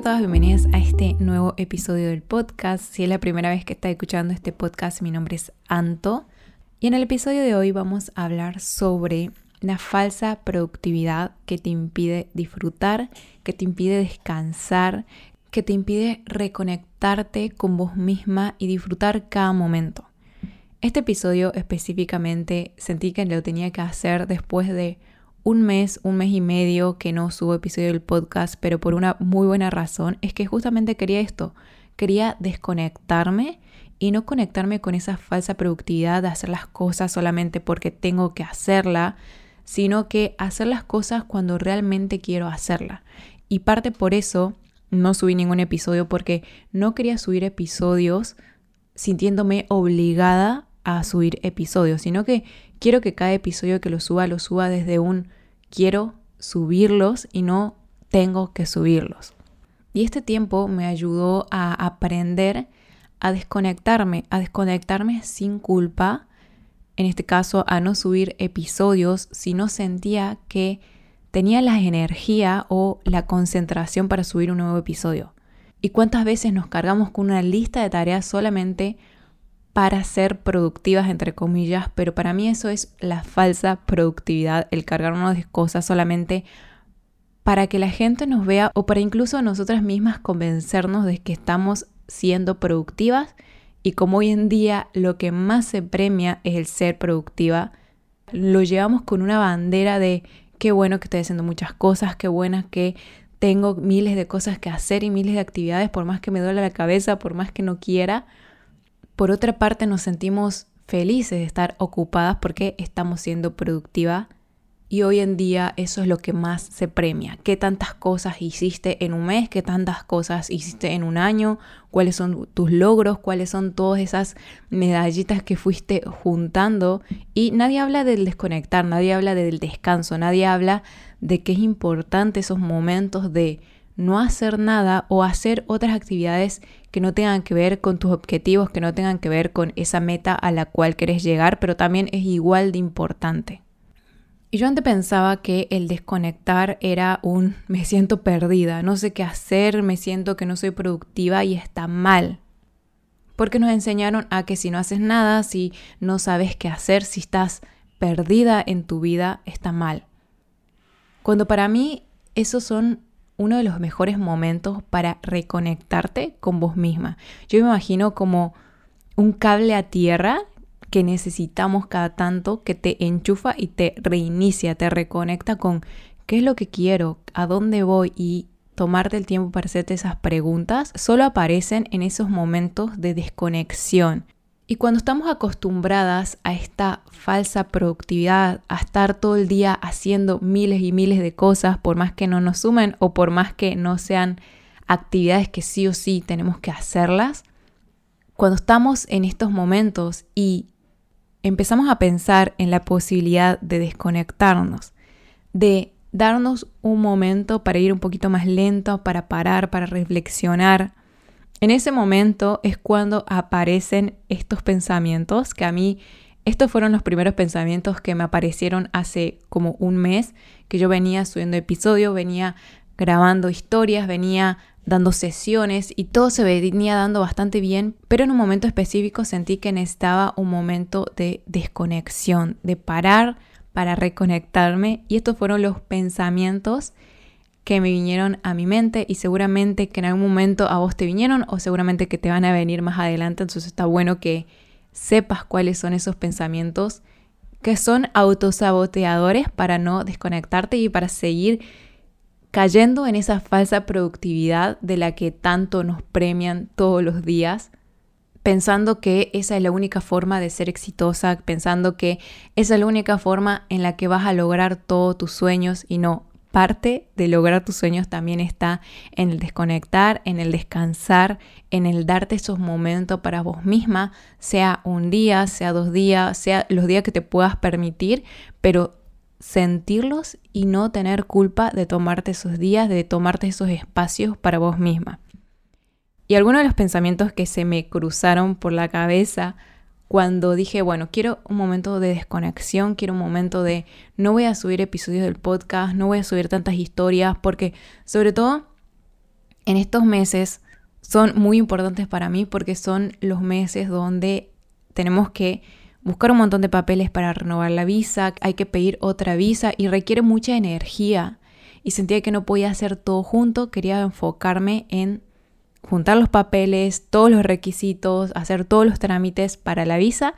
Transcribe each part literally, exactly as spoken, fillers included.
todas, bienvenidas a este nuevo episodio del podcast. Si es la primera vez que estás escuchando este podcast, mi nombre es Anto. Y en el episodio de hoy vamos a hablar sobre la falsa productividad que te impide disfrutar, que te impide descansar, que te impide reconectarte con vos misma y disfrutar cada momento. Este episodio específicamente sentí que lo tenía que hacer después de un mes, un mes y medio que no subo episodio del podcast, pero por una muy buena razón, es que justamente quería esto, quería desconectarme y no conectarme con esa falsa productividad de hacer las cosas solamente porque tengo que hacerla, sino que hacer las cosas cuando realmente quiero hacerla. Y parte por eso no subí ningún episodio, porque no quería subir episodios sintiéndome obligada a subir episodios, sino que quiero que cada episodio que lo suba, lo suba desde un quiero subirlos y no tengo que subirlos. Y este tiempo me ayudó a aprender a desconectarme, a desconectarme sin culpa, en este caso a no subir episodios si no sentía que tenía la energía o la concentración para subir un nuevo episodio. ¿Y cuántas veces nos cargamos con una lista de tareas solamente para ser productivas, entre comillas? Pero para mí eso es la falsa productividad, el cargarnos de cosas solamente para que la gente nos vea o para incluso nosotras mismas convencernos de que estamos siendo productivas. Y como hoy en día lo que más se premia es el ser productiva, lo llevamos con una bandera de qué bueno que estoy haciendo muchas cosas, qué buena que tengo miles de cosas que hacer y miles de actividades, por más que me duele la cabeza, por más que no quiera. Por otra parte, nos sentimos felices de estar ocupadas porque estamos siendo productivas, y hoy en día eso es lo que más se premia. ¿Qué tantas cosas hiciste en un mes? ¿Qué tantas cosas hiciste en un año? ¿Cuáles son tus logros? ¿Cuáles son todas esas medallitas que fuiste juntando? Y nadie habla del desconectar, nadie habla del descanso, nadie habla de que es importante esos momentos de no hacer nada o hacer otras actividades que no tengan que ver con tus objetivos, que no tengan que ver con esa meta a la cual querés llegar, pero también es igual de importante. Y yo antes pensaba que el desconectar era un me siento perdida, no sé qué hacer, me siento que no soy productiva y está mal. Porque nos enseñaron a que si no haces nada, si no sabes qué hacer, si estás perdida en tu vida, está mal. Cuando para mí esos son uno de los mejores momentos para reconectarte con vos misma. Yo me imagino como un cable a tierra que necesitamos cada tanto, que te enchufa y te reinicia, te reconecta con qué es lo que quiero, a dónde voy, y tomarte el tiempo para hacerte esas preguntas solo aparecen en esos momentos de desconexión. Y cuando estamos acostumbradas a esta falsa productividad, a estar todo el día haciendo miles y miles de cosas, por más que no nos sumen o por más que no sean actividades que sí o sí tenemos que hacerlas, cuando estamos en estos momentos y empezamos a pensar en la posibilidad de desconectarnos, de darnos un momento para ir un poquito más lento, para parar, para reflexionar, en ese momento es cuando aparecen estos pensamientos, que a mí estos fueron los primeros pensamientos que me aparecieron hace como un mes, que yo venía subiendo episodios, venía grabando historias, venía dando sesiones y todo se venía dando bastante bien, pero en un momento específico sentí que necesitaba un momento de desconexión, de parar para reconectarme, y estos fueron los pensamientos que me vinieron a mi mente, y seguramente que en algún momento a vos te vinieron o seguramente que te van a venir más adelante. Entonces está bueno que sepas cuáles son esos pensamientos que son autosaboteadores para no desconectarte y para seguir cayendo en esa falsa productividad de la que tanto nos premian todos los días, pensando que esa es la única forma de ser exitosa, pensando que esa es la única forma en la que vas a lograr todos tus sueños. Y no, parte de lograr tus sueños también está en el desconectar, en el descansar, en el darte esos momentos para vos misma, sea un día, sea dos días, sea los días que te puedas permitir, pero sentirlos y no tener culpa de tomarte esos días, de tomarte esos espacios para vos misma. Y algunos de los pensamientos que se me cruzaron por la cabeza cuando dije, bueno, quiero un momento de desconexión, quiero un momento de no voy a subir episodios del podcast, no voy a subir tantas historias, porque sobre todo en estos meses son muy importantes para mí porque son los meses donde tenemos que buscar un montón de papeles para renovar la visa, hay que pedir otra visa y requiere mucha energía. Y sentía que no podía hacer todo junto, quería enfocarme en juntar los papeles, todos los requisitos, hacer todos los trámites para la visa.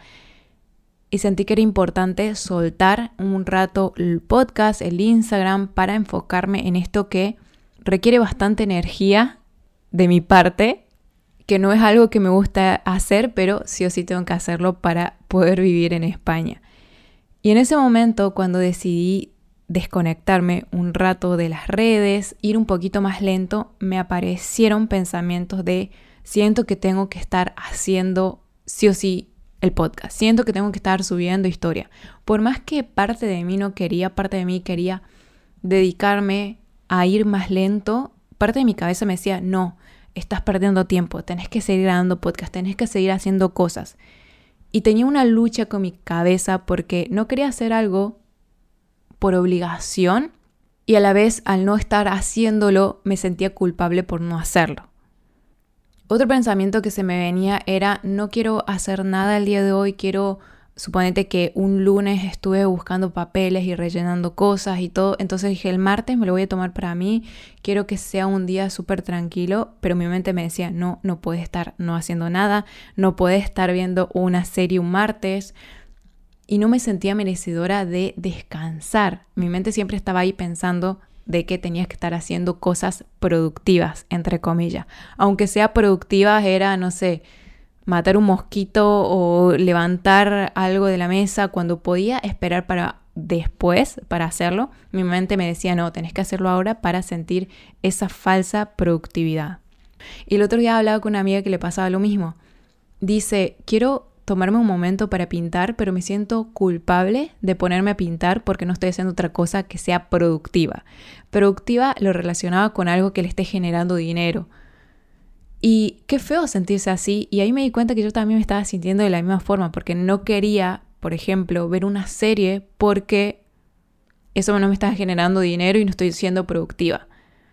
Y sentí que era importante soltar un rato el podcast, el Instagram, para enfocarme en esto que requiere bastante energía de mi parte, que no es algo que me gusta hacer, pero sí o sí tengo que hacerlo para poder vivir en España. Y en ese momento, cuando decidí desconectarme un rato de las redes, ir un poquito más lento, me aparecieron pensamientos de siento que tengo que estar haciendo sí o sí el podcast, siento que tengo que estar subiendo historia. Por más que parte de mí no quería, parte de mí quería dedicarme a ir más lento, parte de mi cabeza me decía, no, estás perdiendo tiempo, tenés que seguir grabando podcast, tenés que seguir haciendo cosas. Y tenía una lucha con mi cabeza porque no quería hacer algo por obligación y a la vez al no estar haciéndolo me sentía culpable por no hacerlo. Otro pensamiento que se me venía era no quiero hacer nada el día de hoy, quiero, suponete que un lunes estuve buscando papeles y rellenando cosas y todo, entonces dije el martes me lo voy a tomar para mí, quiero que sea un día súper tranquilo, pero mi mente me decía no, no puedes estar no haciendo nada, no puedes estar viendo una serie un martes. Y no me sentía merecedora de descansar. Mi mente siempre estaba ahí pensando de que tenías que estar haciendo cosas productivas, entre comillas. Aunque sea productivas era, no sé, matar un mosquito o levantar algo de la mesa cuando podía esperar para después para hacerlo. Mi mente me decía, no, tenés que hacerlo ahora para sentir esa falsa productividad. Y el otro día hablaba con una amiga que le pasaba lo mismo. Dice, quiero tomarme un momento para pintar, pero me siento culpable de ponerme a pintar porque no estoy haciendo otra cosa que sea productiva. Productiva lo relacionaba con algo que le esté generando dinero. Y qué feo sentirse así. Y ahí me di cuenta que yo también me estaba sintiendo de la misma forma porque no quería, por ejemplo, ver una serie porque eso no me estaba generando dinero y no estoy siendo productiva.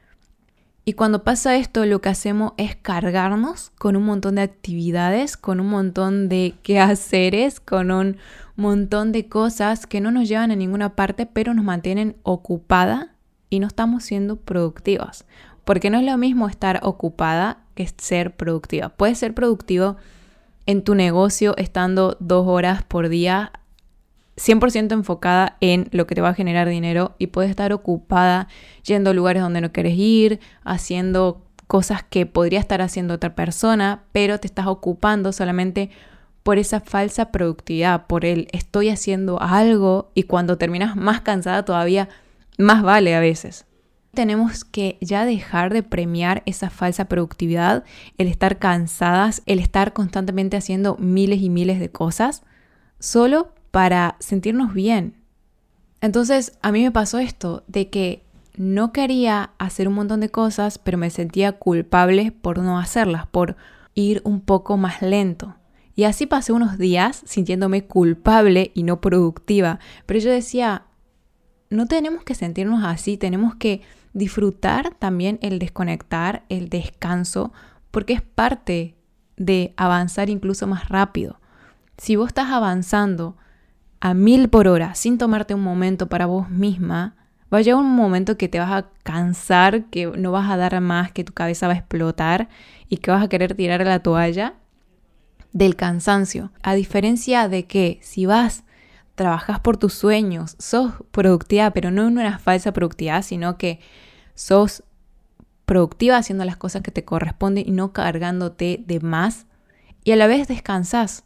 Y cuando pasa esto, lo que hacemos es cargarnos con un montón de actividades, con un montón de quehaceres, con un montón de cosas que no nos llevan a ninguna parte, pero nos mantienen ocupada y no estamos siendo productivas. Porque no es lo mismo estar ocupada que ser productiva. Puedes ser productivo en tu negocio estando dos horas por día cien por ciento enfocada en lo que te va a generar dinero y puedes estar ocupada yendo a lugares donde no quieres ir, haciendo cosas que podría estar haciendo otra persona, pero te estás ocupando solamente por esa falsa productividad, por el estoy haciendo algo y cuando terminas más cansada todavía más vale a veces. Tenemos que ya dejar de premiar esa falsa productividad, el estar cansadas, el estar constantemente haciendo miles y miles de cosas, solo para sentirnos bien. Entonces a mí me pasó esto, de que no quería hacer un montón de cosas, pero me sentía culpable por no hacerlas, por ir un poco más lento. Y así pasé unos días sintiéndome culpable y no productiva. Pero yo decía, no tenemos que sentirnos así, tenemos que disfrutar también el desconectar, el descanso, porque es parte de avanzar incluso más rápido. Si vos estás avanzando a mil por hora sin tomarte un momento para vos misma, va a llegar un momento que te vas a cansar, que no vas a dar más, que tu cabeza va a explotar y que vas a querer tirar la toalla del cansancio. A diferencia de que si vas, trabajas por tus sueños, sos productiva, pero no en una falsa productividad, sino que sos productiva haciendo las cosas que te corresponden y no cargándote de más, y a la vez descansás.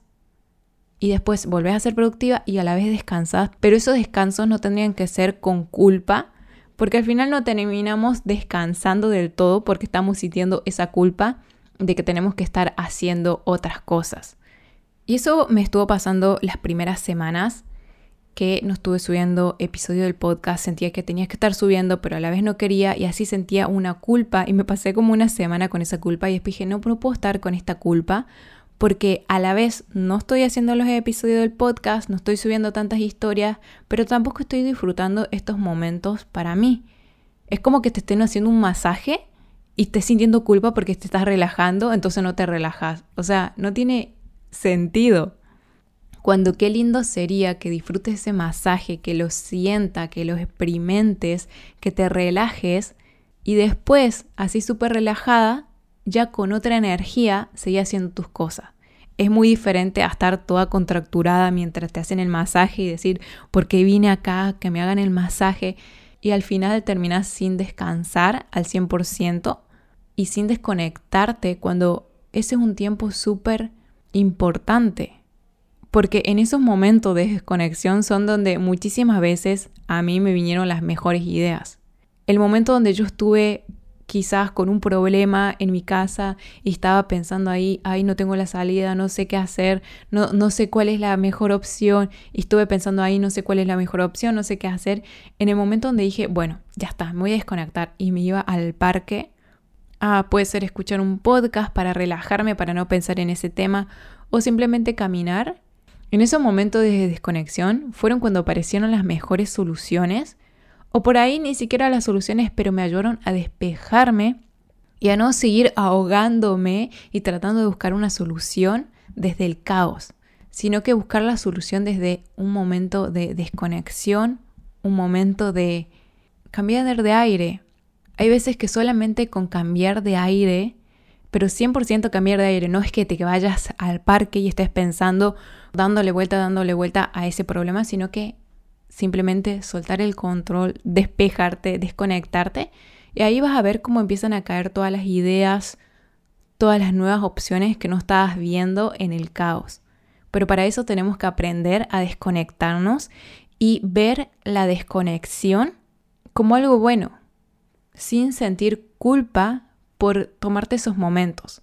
Y después volvés a ser productiva y a la vez descansás. Pero esos descansos no tendrían que ser con culpa, porque al final no terminamos descansando del todo porque estamos sintiendo esa culpa de que tenemos que estar haciendo otras cosas. Y eso me estuvo pasando las primeras semanas que no estuve subiendo episodio del podcast. Sentía que tenía que estar subiendo, pero a la vez no quería y así sentía una culpa y me pasé como una semana con esa culpa y después dije, no, no puedo estar con esta culpa porque a la vez no estoy haciendo los episodios del podcast, no estoy subiendo tantas historias, pero tampoco estoy disfrutando estos momentos para mí. Es como que te estén haciendo un masaje y estés sintiendo culpa porque te estás relajando, entonces no te relajas. O sea, no tiene sentido. Cuando qué lindo sería que disfrutes ese masaje, que lo sienta, que lo experimentes, que te relajes y después, así súper relajada, ya con otra energía, seguir haciendo tus cosas. Es muy diferente a estar toda contracturada mientras te hacen el masaje y decir, ¿por qué vine acá? Que me hagan el masaje. Y al final terminas sin descansar al cien por ciento y sin desconectarte cuando ese es un tiempo súper importante. Porque en esos momentos de desconexión son donde muchísimas veces a mí me vinieron las mejores ideas. El momento donde yo estuve quizás con un problema en mi casa y estaba pensando ahí, ay, no tengo la salida, no sé qué hacer, no, no sé cuál es la mejor opción, y estuve pensando ahí, no sé cuál es la mejor opción, no sé qué hacer. En el momento donde dije, bueno, ya está, me voy a desconectar y me iba al parque, ah, puede ser escuchar un podcast para relajarme, para no pensar en ese tema, o simplemente caminar. En esos momentos de desconexión fueron cuando aparecieron las mejores soluciones, o por ahí ni siquiera las soluciones, pero me ayudaron a despejarme y a no seguir ahogándome y tratando de buscar una solución desde el caos, sino que buscar la solución desde un momento de desconexión, un momento de cambiar de aire. Hay veces que solamente con cambiar de aire, pero cien por ciento cambiar de aire, no es que te vayas al parque y estés pensando, dándole vuelta, dándole vuelta a ese problema, sino que simplemente soltar el control, despejarte, desconectarte, y ahí vas a ver cómo empiezan a caer todas las ideas, todas las nuevas opciones que no estabas viendo en el caos. Pero para eso tenemos que aprender a desconectarnos y ver la desconexión como algo bueno, sin sentir culpa por tomarte esos momentos.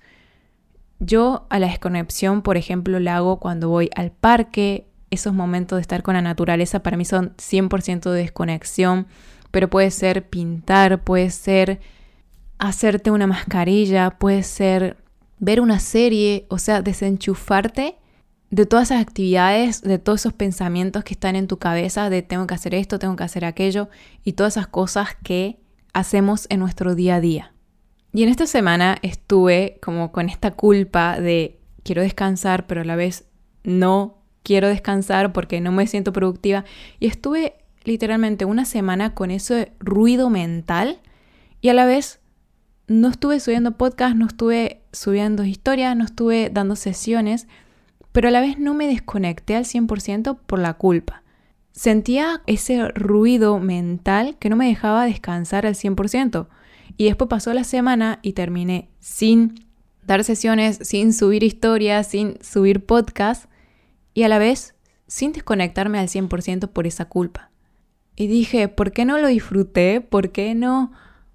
Yo a la desconexión, por ejemplo, la hago cuando voy al parque. Esos momentos de estar con la naturaleza para mí son cien por ciento de desconexión, pero puede ser pintar, puede ser hacerte una mascarilla, puede ser ver una serie, o sea, desenchufarte de todas esas actividades, de todos esos pensamientos que están en tu cabeza de tengo que hacer esto, tengo que hacer aquello y todas esas cosas que hacemos en nuestro día a día. Y en esta semana estuve como con esta culpa de quiero descansar, pero a la vez no quiero descansar porque no me siento productiva. Y estuve literalmente una semana con ese ruido mental y a la vez no estuve subiendo podcast, no estuve subiendo historias, no estuve dando sesiones, pero a la vez no me desconecté al cien por ciento por la culpa. Sentía ese ruido mental que no me dejaba descansar al cien por ciento. Y después pasó la semana y terminé sin dar sesiones, sin subir historias, sin subir podcast y a la vez sin desconectarme al cien por ciento por esa culpa. Y dije, ¿por qué no lo disfruté? ¿Por qué no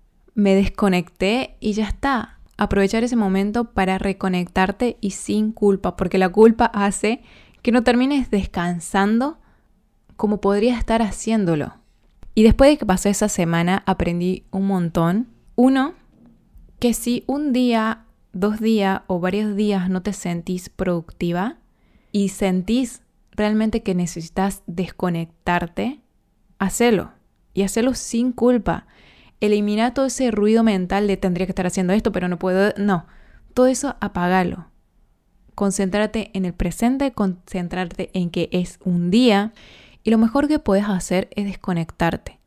me desconecté? Y ya está. Aprovechar ese momento para reconectarte y sin culpa, porque la culpa hace que no termines descansando como podrías estar haciéndolo. Y después de que pasó esa semana aprendí un montón. Uno, que si un día, dos días o varios días no te sentís productiva y sentís realmente que necesitas desconectarte, hacelo. Y hacelo sin culpa. Elimina todo ese ruido mental de tendría que estar haciendo esto, pero no puedo. No, todo eso apágalo. Concéntrate en el presente, concentrarte en que es un día y lo mejor que puedes hacer es desconectarte.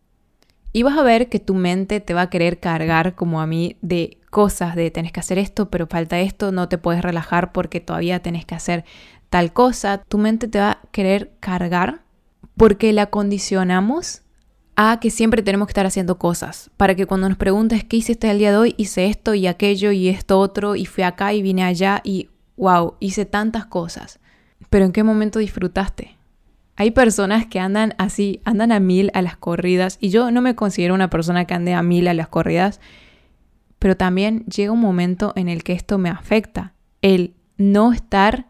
Y vas a ver que tu mente te va a querer cargar, como a mí, de cosas de tenés que hacer esto, pero falta esto, no te puedes relajar porque todavía tenés que hacer tal cosa. Tu mente te va a querer cargar porque la condicionamos a que siempre tenemos que estar haciendo cosas. Para que cuando nos preguntes qué hiciste el día de hoy, hice esto y aquello y esto otro y fui acá y vine allá y wow, hice tantas cosas. Pero ¿en qué momento disfrutaste? Hay personas que andan así, andan a mil a las corridas y yo no me considero una persona que ande a mil a las corridas, pero también llega un momento en el que esto me afecta, el no estar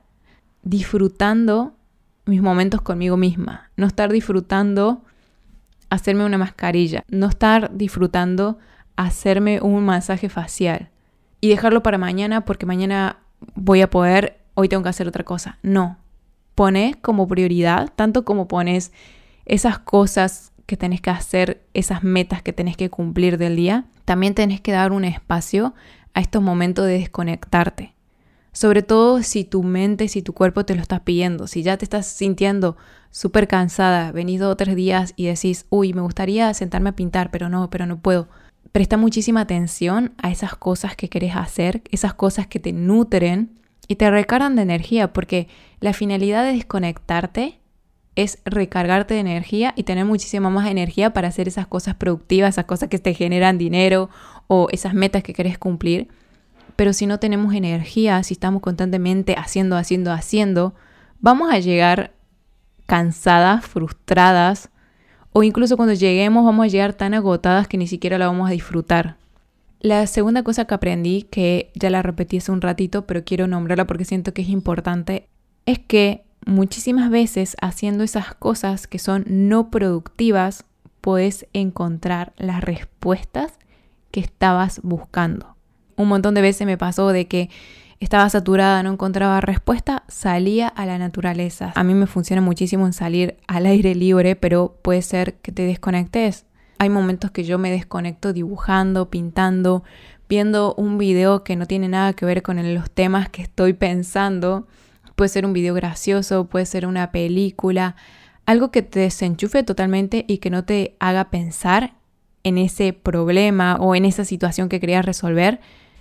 disfrutando mis momentos conmigo misma, no estar disfrutando hacerme una mascarilla, no estar disfrutando hacerme un masaje facial y dejarlo para mañana porque mañana voy a poder, hoy tengo que hacer otra cosa. No. Pones como prioridad, tanto como pones esas cosas que tenés que hacer, esas metas que tenés que cumplir del día, también tenés que dar un espacio a estos momentos de desconectarte. Sobre todo si tu mente, si tu cuerpo te lo estás pidiendo. Si ya te estás sintiendo súper cansada, venís dos o tres días y decís, uy, me gustaría sentarme a pintar, pero no, pero no puedo. Presta muchísima atención a esas cosas que querés hacer, esas cosas que te nutren y te recargan de energía, porque la finalidad de desconectarte es recargarte de energía y tener muchísima más energía para hacer esas cosas productivas, esas cosas que te generan dinero o esas metas que querés cumplir. Pero si no tenemos energía, si estamos constantemente haciendo, haciendo, haciendo, vamos a llegar cansadas, frustradas, o incluso cuando lleguemos vamos a llegar tan agotadas que ni siquiera la vamos a disfrutar. La segunda cosa que aprendí, que ya la repetí hace un ratito, pero quiero nombrarla porque siento que es importante, es que muchísimas veces haciendo esas cosas que son no productivas, puedes encontrar las respuestas que estabas buscando. Un montón de veces me pasó de que estaba saturada, no encontraba respuesta, salía a la naturaleza. A mí me funciona muchísimo en salir al aire libre, pero puede ser que te desconectes. Hay momentos que yo me desconecto dibujando, pintando, viendo un video que no tiene nada que ver con los temas que estoy pensando. Puede ser un video gracioso, puede ser una película, algo que te desenchufe totalmente y que no te haga pensar en ese problema o en esa situación que querías resolver.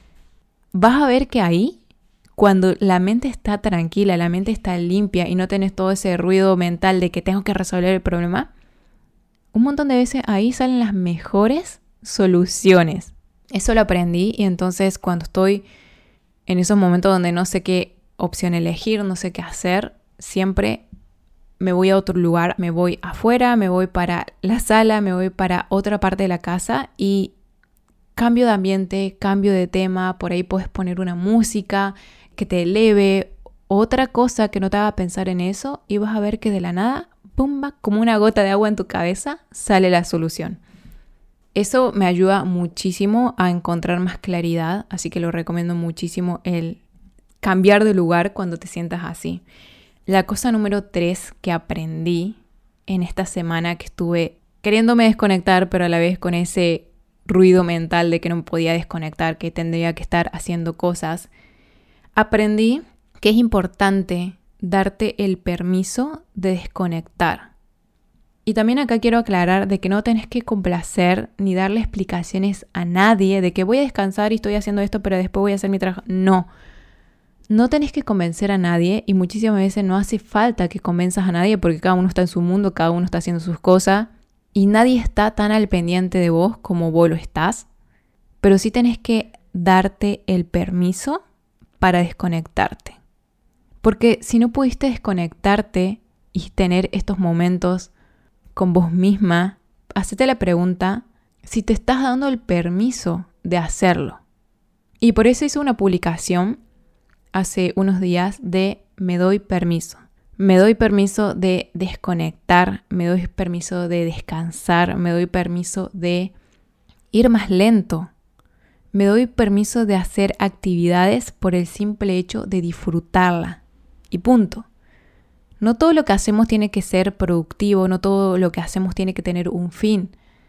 Vas a ver que ahí, cuando la mente está tranquila, la mente está limpia y no tenés todo ese ruido mental de que tengo que resolver el problema, un montón de veces ahí salen las mejores soluciones. Eso lo aprendí y entonces cuando estoy en esos momentos donde no sé qué opción elegir, no sé qué hacer, siempre me voy a otro lugar, me voy afuera, me voy para la sala, me voy para otra parte de la casa y cambio de ambiente, cambio de tema, por ahí puedes poner una música que te eleve, otra cosa que no te haga pensar en eso y vas a ver que de la nada, pumba, como una gota de agua en tu cabeza, sale la solución. Eso me ayuda muchísimo a encontrar más claridad, así que lo recomiendo muchísimo el cambiar de lugar cuando te sientas así. La cosa número tres que aprendí en esta semana que estuve queriéndome desconectar, pero a la vez con ese ruido mental de que no me podía desconectar, que tendría que estar haciendo cosas, aprendí que es importante darte el permiso de desconectar. Y también acá quiero aclarar de que no tenés que complacer ni darle explicaciones a nadie de que voy a descansar y estoy haciendo esto, pero después voy a hacer mi trabajo. No. No tenés que convencer a nadie y muchísimas veces no hace falta que convenzas a nadie porque cada uno está en su mundo, cada uno está haciendo sus cosas y nadie está tan al pendiente de vos como vos lo estás. Pero sí tenés que darte el permiso para desconectarte. Porque si no pudiste desconectarte y tener estos momentos con vos misma, hacete la pregunta si te estás dando el permiso de hacerlo. Y por eso hice una publicación hace unos días de me doy permiso. Me doy permiso de desconectar, me doy permiso de descansar, me doy permiso de ir más lento. Me doy permiso de hacer actividades por el simple hecho de disfrutarla. Y punto. No todo lo que hacemos tiene que ser productivo, no todo lo que hacemos tiene que tener un fin.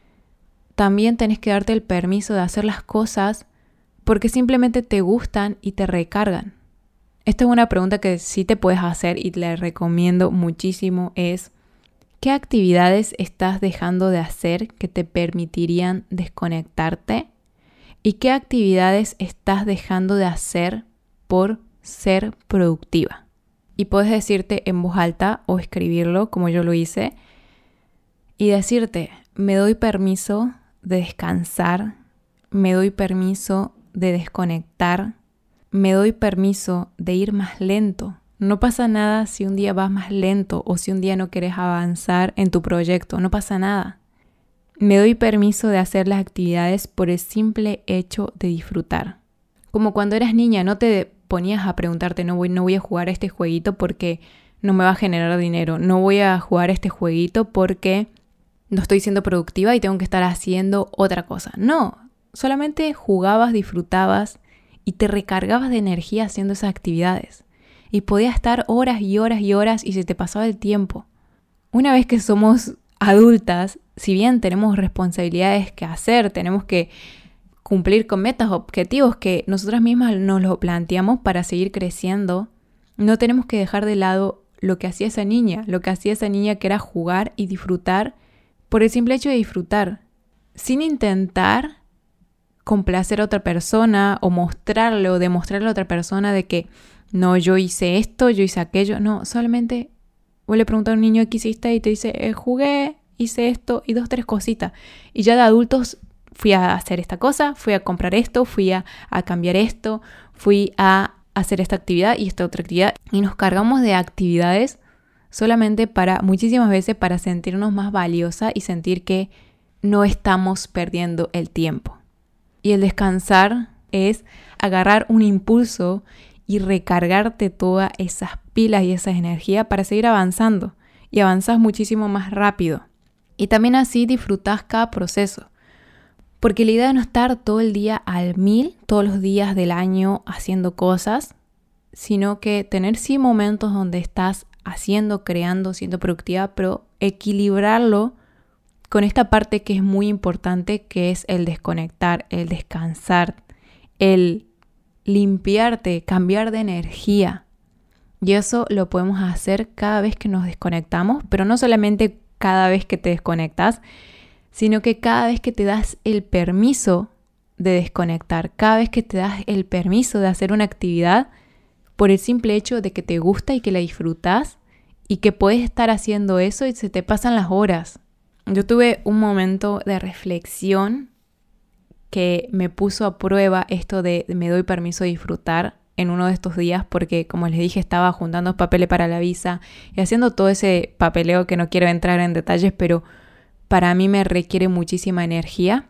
También tenés que darte el permiso de hacer las cosas porque simplemente te gustan y te recargan. Esta es una pregunta que sí te puedes hacer y te la recomiendo muchísimo, es ¿qué actividades estás dejando de hacer que te permitirían desconectarte? ¿Y qué actividades estás dejando de hacer por ser productiva? Y puedes decirte en voz alta o escribirlo como yo lo hice y decirte, me doy permiso de descansar, me doy permiso de desconectar, me doy permiso de ir más lento. No pasa nada si un día vas más lento o si un día no quieres avanzar en tu proyecto, no pasa nada. Me doy permiso de hacer las actividades por el simple hecho de disfrutar. Como cuando eras niña, no te ponías a preguntarte, no voy, no voy a jugar a este jueguito porque no me va a generar dinero, no voy a jugar a este jueguito porque no estoy siendo productiva y tengo que estar haciendo otra cosa. No, solamente jugabas, disfrutabas y te recargabas de energía haciendo esas actividades. Y podías estar horas y horas y horas y se te pasaba el tiempo. Una vez que somos adultas, si bien tenemos responsabilidades que hacer, tenemos que cumplir con metas, objetivos que nosotras mismas nos los planteamos para seguir creciendo, no tenemos que dejar de lado lo que hacía esa niña, lo que hacía esa niña que era jugar y disfrutar por el simple hecho de disfrutar, sin intentar complacer a otra persona o mostrarle o demostrarle a otra persona de que no, yo hice esto, yo hice aquello. No, solamente vos le preguntas a un niño qué hiciste y te dice, eh, jugué, hice esto y dos, tres cositas. Y ya de adultos fui a hacer esta cosa, fui a comprar esto, fui a, a cambiar esto, fui a hacer esta actividad y esta otra actividad. Y nos cargamos de actividades solamente para, muchísimas veces, para sentirnos más valiosa y sentir que no estamos perdiendo el tiempo. Y el descansar es agarrar un impulso y recargarte todas esas pilas y esa energía para seguir avanzando. Y avanzas muchísimo más rápido. Y también así disfrutas cada proceso. Porque la idea de no estar todo el día al mil, todos los días del año haciendo cosas, sino que tener sí momentos donde estás haciendo, creando, siendo productiva, pero equilibrarlo con esta parte que es muy importante, que es el desconectar, el descansar, el limpiarte, cambiar de energía. Y eso lo podemos hacer cada vez que nos desconectamos, pero no solamente cada vez que te desconectas, sino que cada vez que te das el permiso de desconectar, cada vez que te das el permiso de hacer una actividad por el simple hecho de que te gusta y que la disfrutas y que puedes estar haciendo eso y se te pasan las horas. Yo tuve un momento de reflexión que me puso a prueba esto de me doy permiso de disfrutar en uno de estos días porque, como les dije, estaba juntando papeles para la visa y haciendo todo ese papeleo que no quiero entrar en detalles, pero para mí me requiere muchísima energía.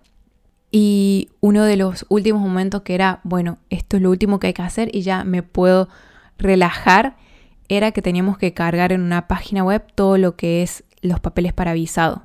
Y uno de los últimos momentos que era, bueno, esto es lo último que hay que hacer y ya me puedo relajar, era que teníamos que cargar en una página web todo lo que es los papeles para visado.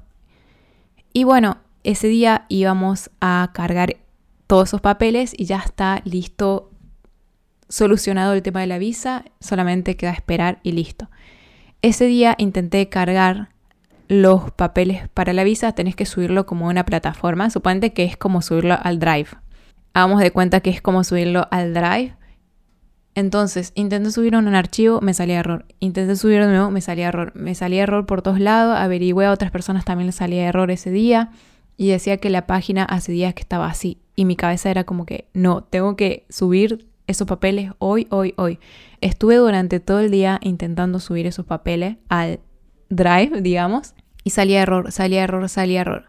Y bueno, ese día íbamos a cargar todos esos papeles y ya está listo, solucionado el tema de la visa, solamente queda esperar y listo. Ese día intenté cargar los papeles para la visa, tenés que subirlo como una plataforma, suponete que es como subirlo al Drive. Hagamos de cuenta que es como subirlo al Drive. Entonces, intenté subirlo en un archivo, me salía error. Intenté subirlo de nuevo, me salía error. Me salía error por todos lados, averigüé a otras personas, también les salía error ese día. Y decía que la página hace días que estaba así. Y mi cabeza era como que, no, tengo que subir esos papeles hoy, hoy, hoy. Estuve durante todo el día intentando subir esos papeles al Drive, digamos. Y salía error, salía error, salía error.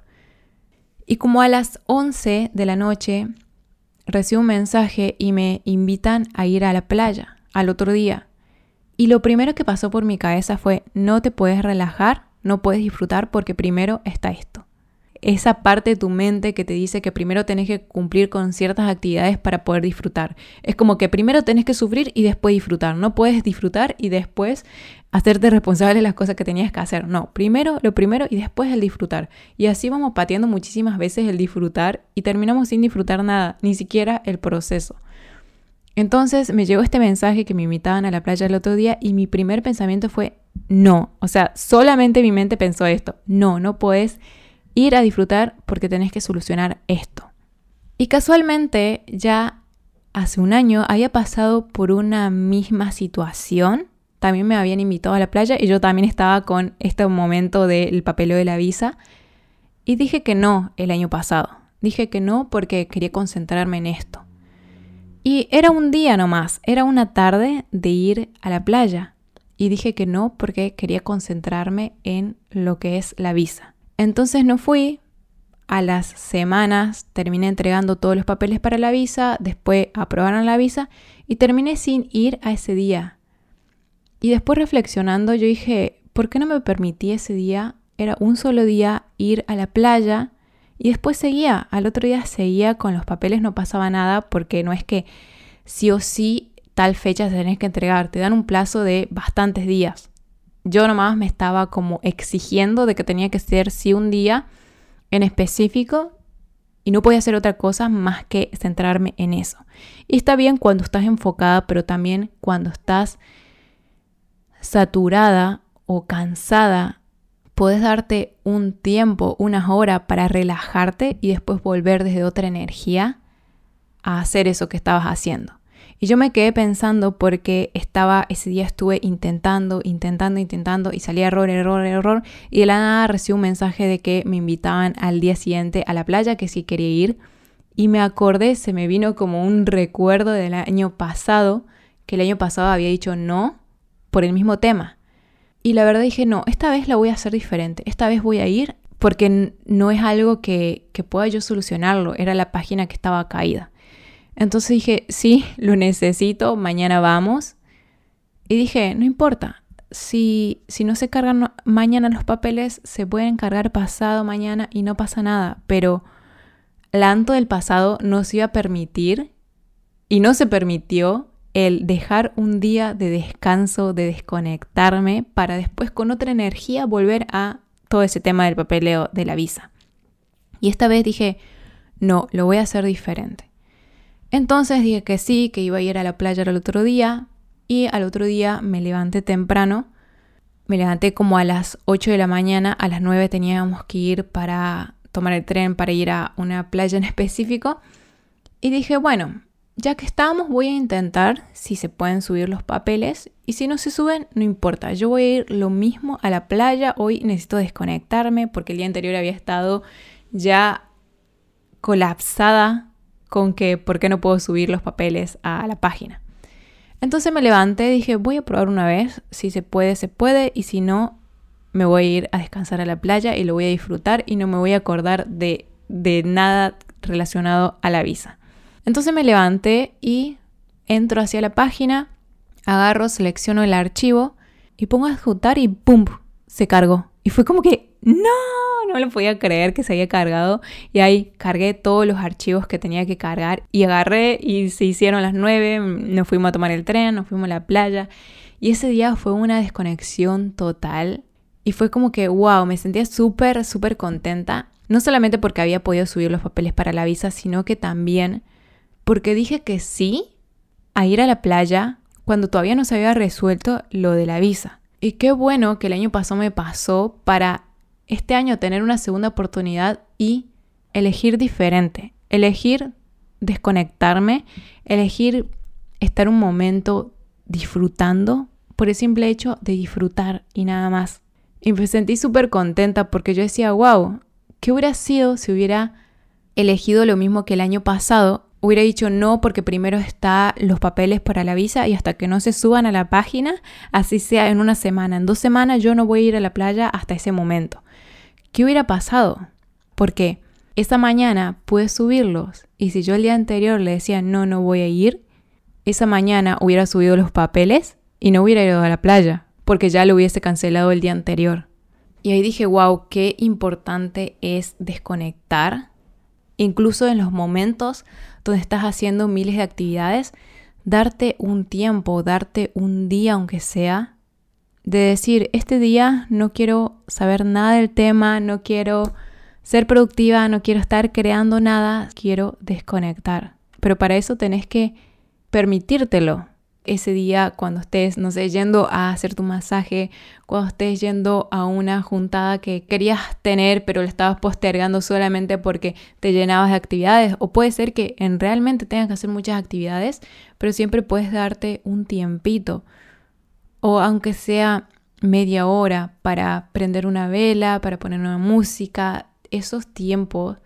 Y como a las once de la noche recibo un mensaje y me invitan a ir a la playa al otro día. Y lo primero que pasó por mi cabeza fue, no te puedes relajar, no puedes disfrutar porque primero está esto. Esa parte de tu mente que te dice que primero tenés que cumplir con ciertas actividades para poder disfrutar. Es como que primero tenés que sufrir y después disfrutar. No puedes disfrutar y después hacerte responsable de las cosas que tenías que hacer. No, primero lo primero y después el disfrutar. Y así vamos pateando muchísimas veces el disfrutar y terminamos sin disfrutar nada, ni siquiera el proceso. Entonces me llegó este mensaje que me invitaban a la playa el otro día y mi primer pensamiento fue no. O sea, solamente mi mente pensó esto. No, no puedes ir a disfrutar porque tenés que solucionar esto. Y casualmente ya hace un año había pasado por una misma situación. También me habían invitado a la playa y yo también estaba con este momento del papeleo de la visa. Y dije que no el año pasado. Dije que no porque quería concentrarme en esto. Y era un día nomás, era una tarde de ir a la playa. Y dije que no porque quería concentrarme en lo que es la visa. Entonces no fui, a las semanas terminé entregando todos los papeles para la visa, después aprobaron la visa y terminé sin ir a ese día. Y después reflexionando yo dije, ¿por qué no me permití ese día? Era un solo día ir a la playa y después seguía, al otro día seguía con los papeles, no pasaba nada porque no es que sí o sí tal fecha te tenés que entregar, te dan un plazo de bastantes días. Yo nomás me estaba como exigiendo de que tenía que ser sí un día en específico y no podía hacer otra cosa más que centrarme en eso. Y está bien cuando estás enfocada, pero también cuando estás saturada o cansada podés darte un tiempo, unas horas para relajarte y después volver desde otra energía a hacer eso que estabas haciendo. Y yo me quedé pensando porque estaba, ese día estuve intentando, intentando, intentando y salía error, error, error. Y de la nada recibí un mensaje de que me invitaban al día siguiente a la playa, que sí quería ir. Y me acordé, se me vino como un recuerdo del año pasado, que el año pasado había dicho no por el mismo tema. Y la verdad dije, no, esta vez la voy a hacer diferente. Esta vez voy a ir porque no es algo que, que pueda yo solucionarlo. Era la página que estaba caída. Entonces dije, sí, lo necesito, mañana vamos. Y dije, no importa, si, si no se cargan mañana los papeles, se pueden cargar pasado mañana y no pasa nada. Pero la Anto del pasado no se iba a permitir y no se permitió el dejar un día de descanso, de desconectarme, para después con otra energía volver a todo ese tema del papeleo de la visa. Y esta vez dije, no, lo voy a hacer diferente. Entonces dije que sí, que iba a ir a la playa el otro día y al otro día me levanté temprano. Me levanté como a las ocho de la mañana, a las nueve teníamos que ir para tomar el tren para ir a una playa en específico. Y dije, bueno, ya que estamos voy a intentar si se pueden subir los papeles y si no se suben, no importa. Yo voy a ir lo mismo a la playa, hoy necesito desconectarme porque el día anterior había estado ya colapsada con que por qué no puedo subir los papeles a la página. Entonces me levanté y dije, voy a probar una vez, si se puede, se puede, y si no, me voy a ir a descansar a la playa y lo voy a disfrutar y no me voy a acordar de, de nada relacionado a la visa. Entonces me levanté y entro hacia la página, agarro, selecciono el archivo y pongo a adjuntar y ¡pum! Se cargó. Y fue como que, ¡no! No me lo podía creer que se había cargado. Y ahí cargué todos los archivos que tenía que cargar. Y agarré y se hicieron las nueve. Nos fuimos a tomar el tren, nos fuimos a la playa. Y ese día fue una desconexión total. Y fue como que, wow, me sentía súper, súper contenta. No solamente porque había podido subir los papeles para la visa, sino que también porque dije que sí a ir a la playa cuando todavía no se había resuelto lo de la visa. Y qué bueno que el año pasado me pasó para este año tener una segunda oportunidad y elegir diferente. Elegir desconectarme, elegir estar un momento disfrutando por el simple hecho de disfrutar y nada más. Y me sentí súper contenta porque yo decía, wow, ¿qué hubiera sido si hubiera elegido lo mismo que el año pasado? Hubiera dicho no porque primero está los papeles para la visa y hasta que no se suban a la página, así sea en una semana, en dos semanas yo no voy a ir a la playa hasta ese momento. ¿Qué hubiera pasado? Porque esa mañana pude subirlos y si yo el día anterior le decía no, no voy a ir, esa mañana hubiera subido los papeles y no hubiera ido a la playa porque ya lo hubiese cancelado el día anterior. Y ahí dije, wow, qué importante es desconectar, incluso en los momentos donde estás haciendo miles de actividades, darte un tiempo, darte un día aunque sea, de decir, este día no quiero saber nada del tema, no quiero ser productiva, no quiero estar creando nada, quiero desconectar. Pero para eso tenés que permitírtelo. Ese día cuando estés, no sé, yendo a hacer tu masaje, cuando estés yendo a una juntada que querías tener pero la estabas postergando solamente porque te llenabas de actividades, o puede ser que en realmente tengas que hacer muchas actividades, pero siempre puedes darte un tiempito, o aunque sea media hora para prender una vela, para poner una música. Esos tiempos,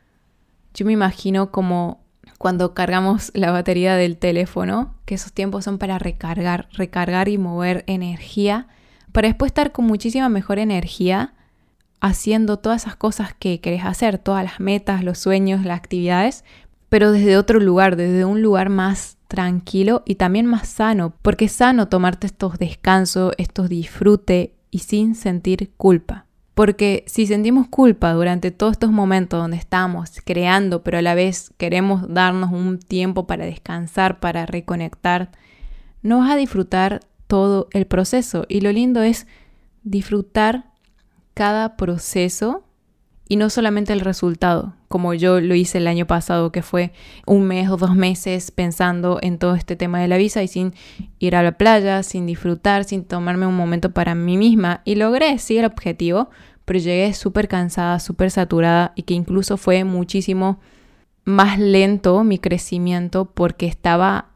yo me imagino como cuando cargamos la batería del teléfono, que esos tiempos son para recargar, recargar y mover energía, para después estar con muchísima mejor energía haciendo todas esas cosas que querés hacer, todas las metas, los sueños, las actividades, pero desde otro lugar, desde un lugar más tranquilo y también más sano, porque es sano tomarte estos descansos, estos disfrutes y sin sentir culpa. Porque si sentimos culpa durante todos estos momentos donde estamos creando, pero a la vez queremos darnos un tiempo para descansar, para reconectar, no vas a disfrutar todo el proceso. Y lo lindo es disfrutar cada proceso y no solamente el resultado. como yo lo hice el año pasado, que fue un mes o dos meses pensando en todo este tema de la visa y sin ir a la playa, sin disfrutar, sin tomarme un momento para mí misma. Y logré, sí, el objetivo, pero llegué súper cansada, súper saturada y que incluso fue muchísimo más lento mi crecimiento porque estaba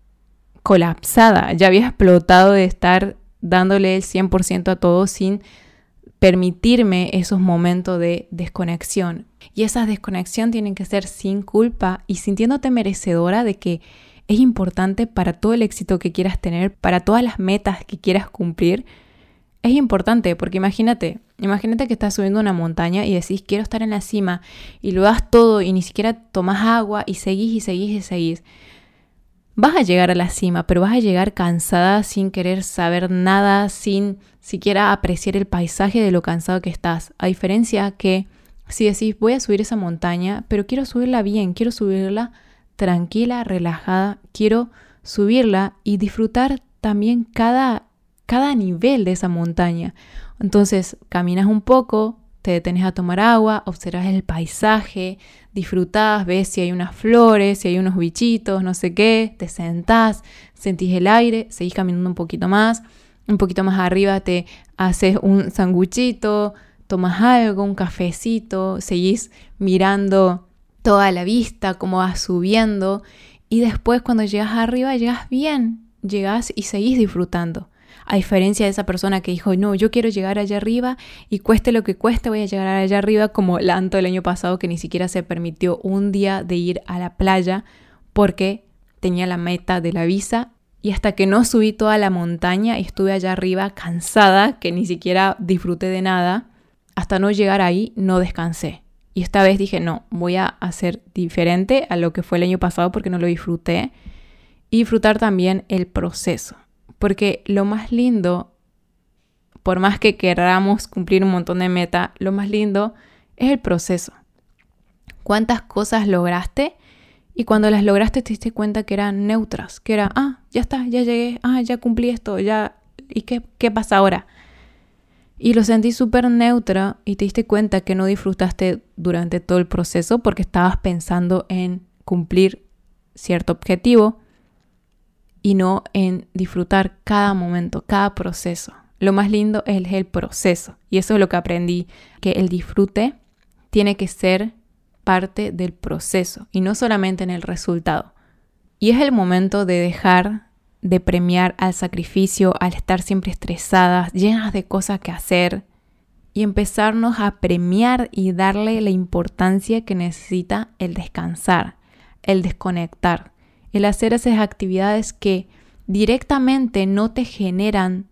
colapsada. Ya había explotado de estar dándole el cien por ciento a todo sin permitirme esos momentos de desconexión. Y esa desconexión tienen que ser sin culpa y sintiéndote merecedora de que es importante para todo el éxito que quieras tener, para todas las metas que quieras cumplir. Es importante porque imagínate, imagínate que estás subiendo una montaña y decís quiero estar en la cima y lo das todo y ni siquiera tomás agua y seguís y seguís y seguís. Vas a llegar a la cima, pero vas a llegar cansada sin querer saber nada, sin siquiera apreciar el paisaje de lo cansado que estás. A diferencia que si decís voy a subir esa montaña, pero quiero subirla bien, quiero subirla tranquila, relajada, quiero subirla y disfrutar también cada, cada nivel de esa montaña. Entonces caminas un poco, te detenés a tomar agua, observas el paisaje, disfrutás, ves si hay unas flores, si hay unos bichitos, no sé qué, te sentás, sentís el aire, seguís caminando un poquito más, un poquito más arriba te haces un sanguchito, tomas algo, un cafecito, seguís mirando toda la vista, cómo vas subiendo y después cuando llegas arriba llegas bien, llegas y seguís disfrutando. A diferencia de esa persona que dijo, no, yo quiero llegar allá arriba y cueste lo que cueste voy a llegar allá arriba, como el Anto el año pasado que ni siquiera se permitió un día de ir a la playa porque tenía la meta de la visa y hasta que no subí toda la montaña y estuve allá arriba cansada, que ni siquiera disfruté de nada, hasta no llegar ahí no descansé. Y esta vez dije, no, voy a hacer diferente a lo que fue el año pasado porque no lo disfruté y disfrutar también el proceso. Porque lo más lindo, por más que queramos cumplir un montón de metas, lo más lindo es el proceso. ¿Cuántas cosas lograste? Y cuando las lograste te diste cuenta que eran neutras, que era, ah, ya está, ya llegué, ah, ya cumplí esto, ya, ¿y qué, qué pasa ahora? Y lo sentí súper neutra y te diste cuenta que no disfrutaste durante todo el proceso porque estabas pensando en cumplir cierto objetivo y no en disfrutar cada momento, cada proceso. Lo más lindo es el proceso. Y eso es lo que aprendí, que el disfrute tiene que ser parte del proceso y no solamente en el resultado. Y es el momento de dejar de premiar al sacrificio, al estar siempre estresadas, llenas de cosas que hacer y empezarnos a premiar y darle la importancia que necesita el descansar, el desconectar. El hacer esas actividades que directamente no te generan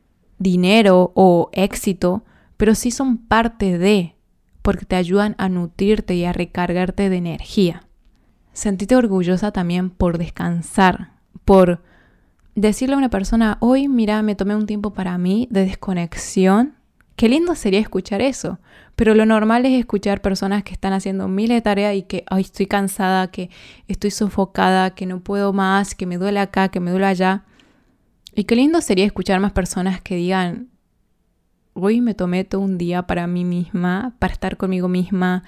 dinero o éxito, pero sí son parte de, porque te ayudan a nutrirte y a recargarte de energía. Sentíte orgullosa también por descansar, por decirle a una persona, hoy mira, me tomé un tiempo para mí de desconexión. Qué lindo sería escuchar eso, pero lo normal es escuchar personas que están haciendo miles de tareas y que ay, estoy cansada, que estoy sofocada, que no puedo más, que me duele acá, que me duele allá. Y qué lindo sería escuchar más personas que digan, hoy me tomé todo un día para mí misma, para estar conmigo misma,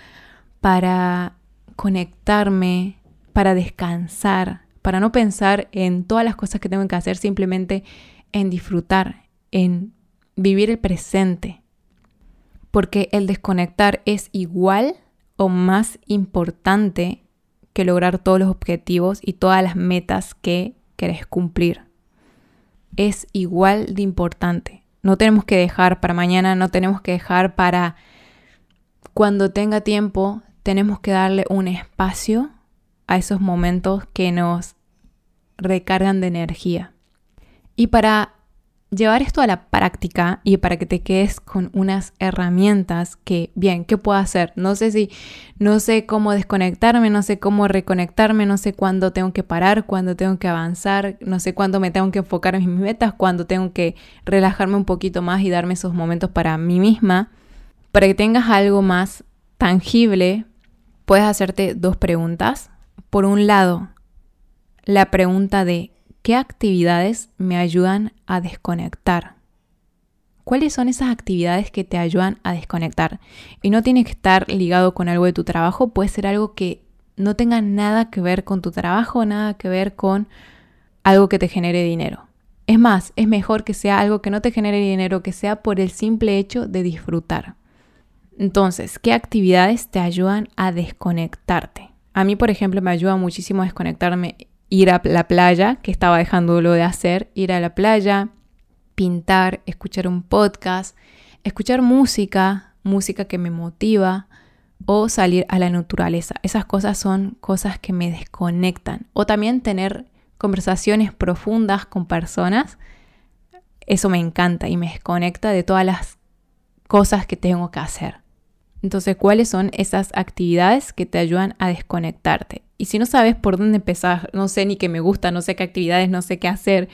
para conectarme, para descansar, para no pensar en todas las cosas que tengo que hacer, simplemente en disfrutar, en vivir el presente. Porque el desconectar es igual o más importante que lograr todos los objetivos y todas las metas que querés cumplir. Es igual de importante. No tenemos que dejar para mañana, no tenemos que dejar para cuando tenga tiempo. Tenemos que darle un espacio a esos momentos que nos recargan de energía. Y para llevar esto a la práctica y para que te quedes con unas herramientas que, bien, ¿qué puedo hacer? No sé si, no sé cómo desconectarme, no sé cómo reconectarme, no sé cuándo tengo que parar, cuándo tengo que avanzar, no sé cuándo me tengo que enfocar en mis metas, cuándo tengo que relajarme un poquito más y darme esos momentos para mí misma. Para que tengas algo más tangible, puedes hacerte dos preguntas. Por un lado, la pregunta de ¿qué actividades me ayudan a desconectar? ¿Cuáles son esas actividades que te ayudan a desconectar? Y no tiene que estar ligado con algo de tu trabajo, puede ser algo que no tenga nada que ver con tu trabajo, nada que ver con algo que te genere dinero. Es más, es mejor que sea algo que no te genere dinero, que sea por el simple hecho de disfrutar. Entonces, ¿qué actividades te ayudan a desconectarte? A mí, por ejemplo, me ayuda muchísimo a desconectarme ir a la playa, que estaba dejándolo de hacer, ir a la playa, pintar, escuchar un podcast, escuchar música, música que me motiva o salir a la naturaleza. Esas cosas son cosas que me desconectan. O también tener conversaciones profundas con personas. Eso me encanta y me desconecta de todas las cosas que tengo que hacer. Entonces, ¿cuáles son esas actividades que te ayudan a desconectarte? Y si no sabes por dónde empezar, no sé ni qué me gusta, no sé qué actividades, no sé qué hacer,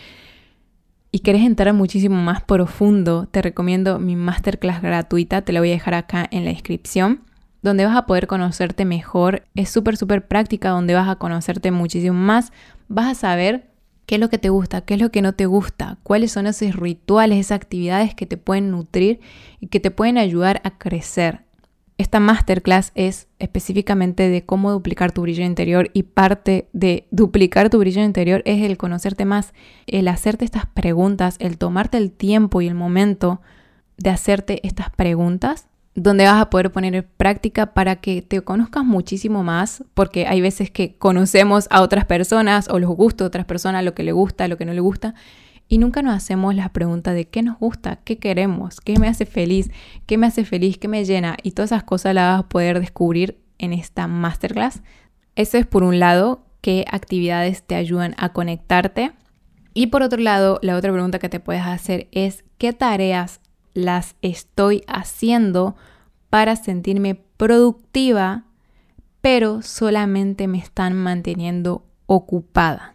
y querés entrar muchísimo más profundo, te recomiendo mi masterclass gratuita, te la voy a dejar acá en la descripción, donde vas a poder conocerte mejor. Es súper, súper práctica, donde vas a conocerte muchísimo más. Vas a saber qué es lo que te gusta, qué es lo que no te gusta, cuáles son esos rituales, esas actividades que te pueden nutrir y que te pueden ayudar a crecer. Esta masterclass es específicamente de cómo duplicar tu brillo interior, y parte de duplicar tu brillo interior es el conocerte más, el hacerte estas preguntas, el tomarte el tiempo y el momento de hacerte estas preguntas, donde vas a poder poner en práctica para que te conozcas muchísimo más, porque hay veces que conocemos a otras personas o los gustos de otras personas, lo que le gusta, lo que no le gusta, y nunca nos hacemos la pregunta de qué nos gusta, qué queremos, qué me hace feliz, qué me hace feliz, qué me llena. Y todas esas cosas las vas a poder descubrir en esta masterclass. Eso es por un lado, qué actividades te ayudan a conectarte. Y por otro lado, la otra pregunta que te puedes hacer es qué tareas las estoy haciendo para sentirme productiva, pero solamente me están manteniendo ocupada.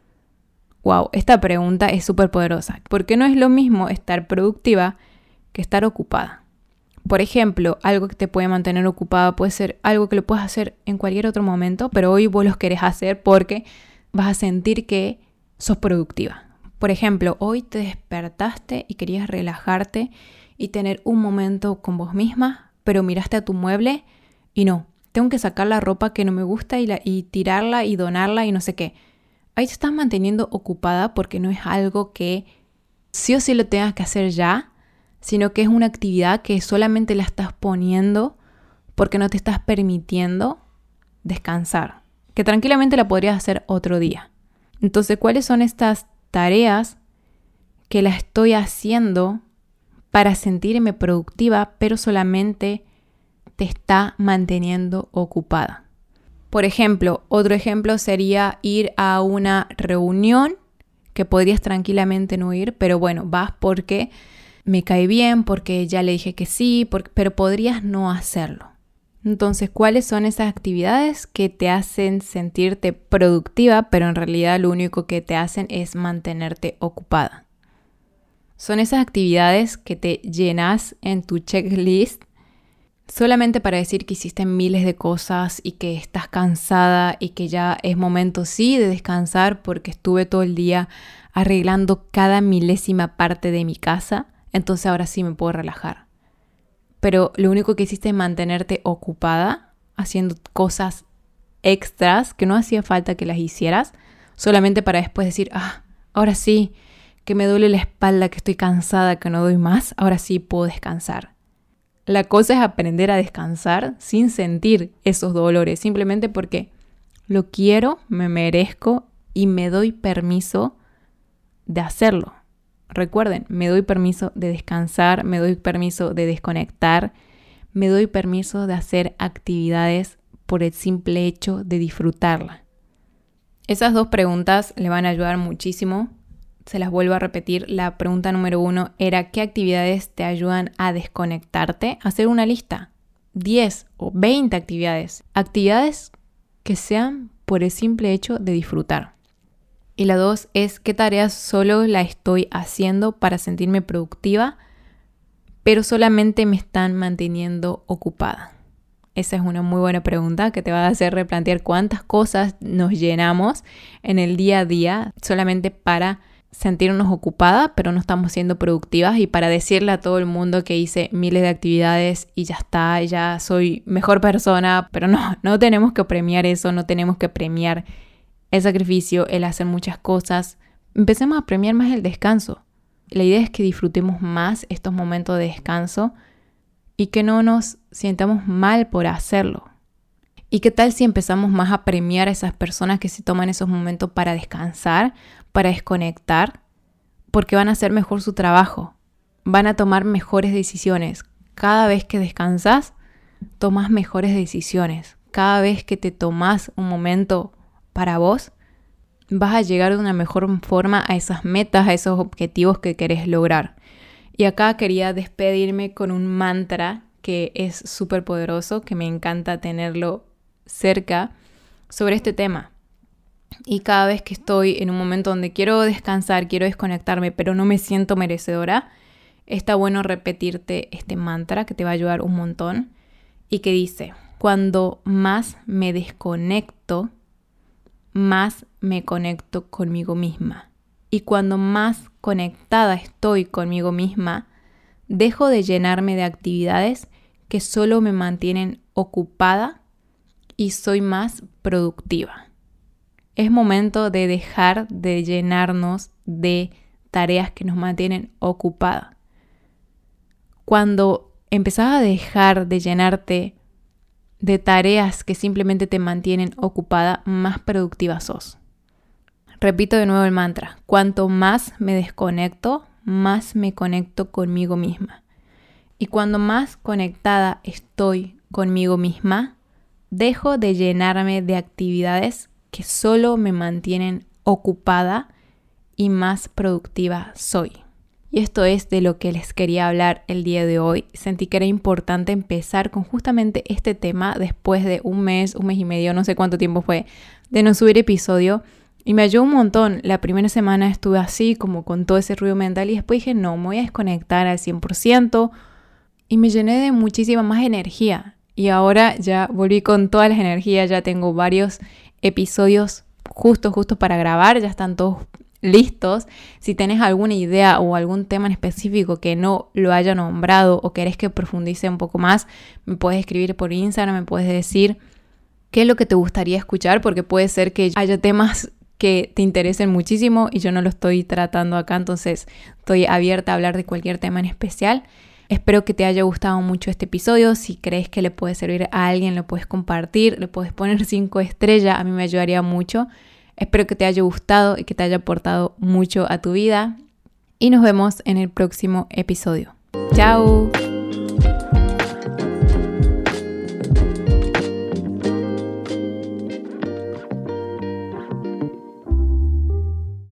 Wow, esta pregunta es súper poderosa, porque no es lo mismo estar productiva que estar ocupada. Por ejemplo, algo que te puede mantener ocupada puede ser algo que lo puedes hacer en cualquier otro momento, pero hoy vos lo querés hacer porque vas a sentir que sos productiva. Por ejemplo, hoy te despertaste y querías relajarte y tener un momento con vos misma, pero miraste a tu mueble y no, tengo que sacar la ropa que no me gusta y, la, y tirarla y donarla y no sé qué. Ahí te estás manteniendo ocupada porque no es algo que sí o sí lo tengas que hacer ya, sino que es una actividad que solamente la estás poniendo porque no te estás permitiendo descansar, que tranquilamente la podrías hacer otro día. Entonces, ¿cuáles son estas tareas que las estoy haciendo para sentirme productiva, pero solamente te está manteniendo ocupada? Por ejemplo, otro ejemplo sería ir a una reunión que podrías tranquilamente no ir, pero bueno, vas porque me cae bien, porque ya le dije que sí, porque, pero podrías no hacerlo. Entonces, ¿cuáles son esas actividades que te hacen sentirte productiva, pero en realidad lo único que te hacen es mantenerte ocupada? Son esas actividades que te llenas en tu checklist solamente para decir que hiciste miles de cosas y que estás cansada y que ya es momento sí de descansar porque estuve todo el día arreglando cada milésima parte de mi casa, entonces ahora sí me puedo relajar. Pero lo único que hiciste es mantenerte ocupada, haciendo cosas extras que no hacía falta que las hicieras, solamente para después decir, ah, ahora sí, que me duele la espalda, que estoy cansada, que no doy más, ahora sí puedo descansar. La cosa es aprender a descansar sin sentir esos dolores, simplemente porque lo quiero, me merezco y me doy permiso de hacerlo. Recuerden, me doy permiso de descansar, me doy permiso de desconectar, me doy permiso de hacer actividades por el simple hecho de disfrutarla. Esas dos preguntas le van a ayudar muchísimo. Se las vuelvo a repetir. La pregunta número uno era ¿qué actividades te ayudan a desconectarte? Hacer una lista. diez o veinte actividades. Actividades que sean por el simple hecho de disfrutar. Y la dos es ¿qué tareas solo la estoy haciendo para sentirme productiva, pero solamente me están manteniendo ocupada? Esa es una muy buena pregunta que te va a hacer replantear cuántas cosas nos llenamos en el día a día solamente para sentirnos ocupadas, pero no estamos siendo productivas, y para decirle a todo el mundo que hice miles de actividades y ya está, ya soy mejor persona, pero no, no tenemos que premiar eso, no tenemos que premiar el sacrificio, el hacer muchas cosas. Empecemos a premiar más el descanso. La idea es que disfrutemos más estos momentos de descanso y que no nos sintamos mal por hacerlo. ¿Y qué tal si empezamos más a premiar a esas personas que se toman esos momentos para descansar, para desconectar? Porque van a hacer mejor su trabajo, van a tomar mejores decisiones. Cada vez que descansas, tomas mejores decisiones. Cada vez que te tomas un momento para vos, vas a llegar de una mejor forma a esas metas, a esos objetivos que querés lograr. Y acá quería despedirme con un mantra que es súper poderoso, que me encanta tenerlo cerca sobre este tema. Y cada vez que estoy en un momento donde quiero descansar, quiero desconectarme, pero no me siento merecedora, está bueno repetirte este mantra que te va a ayudar un montón y que dice: cuando más me desconecto, más me conecto conmigo misma. Y cuando más conectada estoy conmigo misma, dejo de llenarme de actividades que solo me mantienen ocupada y soy más productiva. Es momento de dejar de llenarnos de tareas que nos mantienen ocupada. Cuando empezás a dejar de llenarte de tareas que simplemente te mantienen ocupada, más productiva sos. Repito de nuevo el mantra: cuanto más me desconecto, más me conecto conmigo misma. Y cuando más conectada estoy conmigo misma, dejo de llenarme de actividades que solo me mantienen ocupada y más productiva soy. Y esto es de lo que les quería hablar el día de hoy. Sentí que era importante empezar con justamente este tema después de un mes, un mes y medio, no sé cuánto tiempo fue, de no subir episodio. Y me ayudó un montón. La primera semana estuve así, como con todo ese ruido mental, y después dije, no, me voy a desconectar al cien por ciento. Y me llené de muchísima más energía. Y ahora ya volví con todas las energías, ya tengo varios episodios justo, justo para grabar, ya están todos listos. Si tenés alguna idea o algún tema en específico que no lo haya nombrado o querés que profundice un poco más, me puedes escribir por Instagram, me puedes decir qué es lo que te gustaría escuchar, porque puede ser que haya temas que te interesen muchísimo y yo no lo estoy tratando acá, entonces estoy abierta a hablar de cualquier tema en especial. Espero que te haya gustado mucho este episodio. Si crees que le puede servir a alguien, lo puedes compartir, le puedes poner cinco estrellas, a mí me ayudaría mucho. Espero que te haya gustado y que te haya aportado mucho a tu vida. Y nos vemos en el próximo episodio. ¡Chao!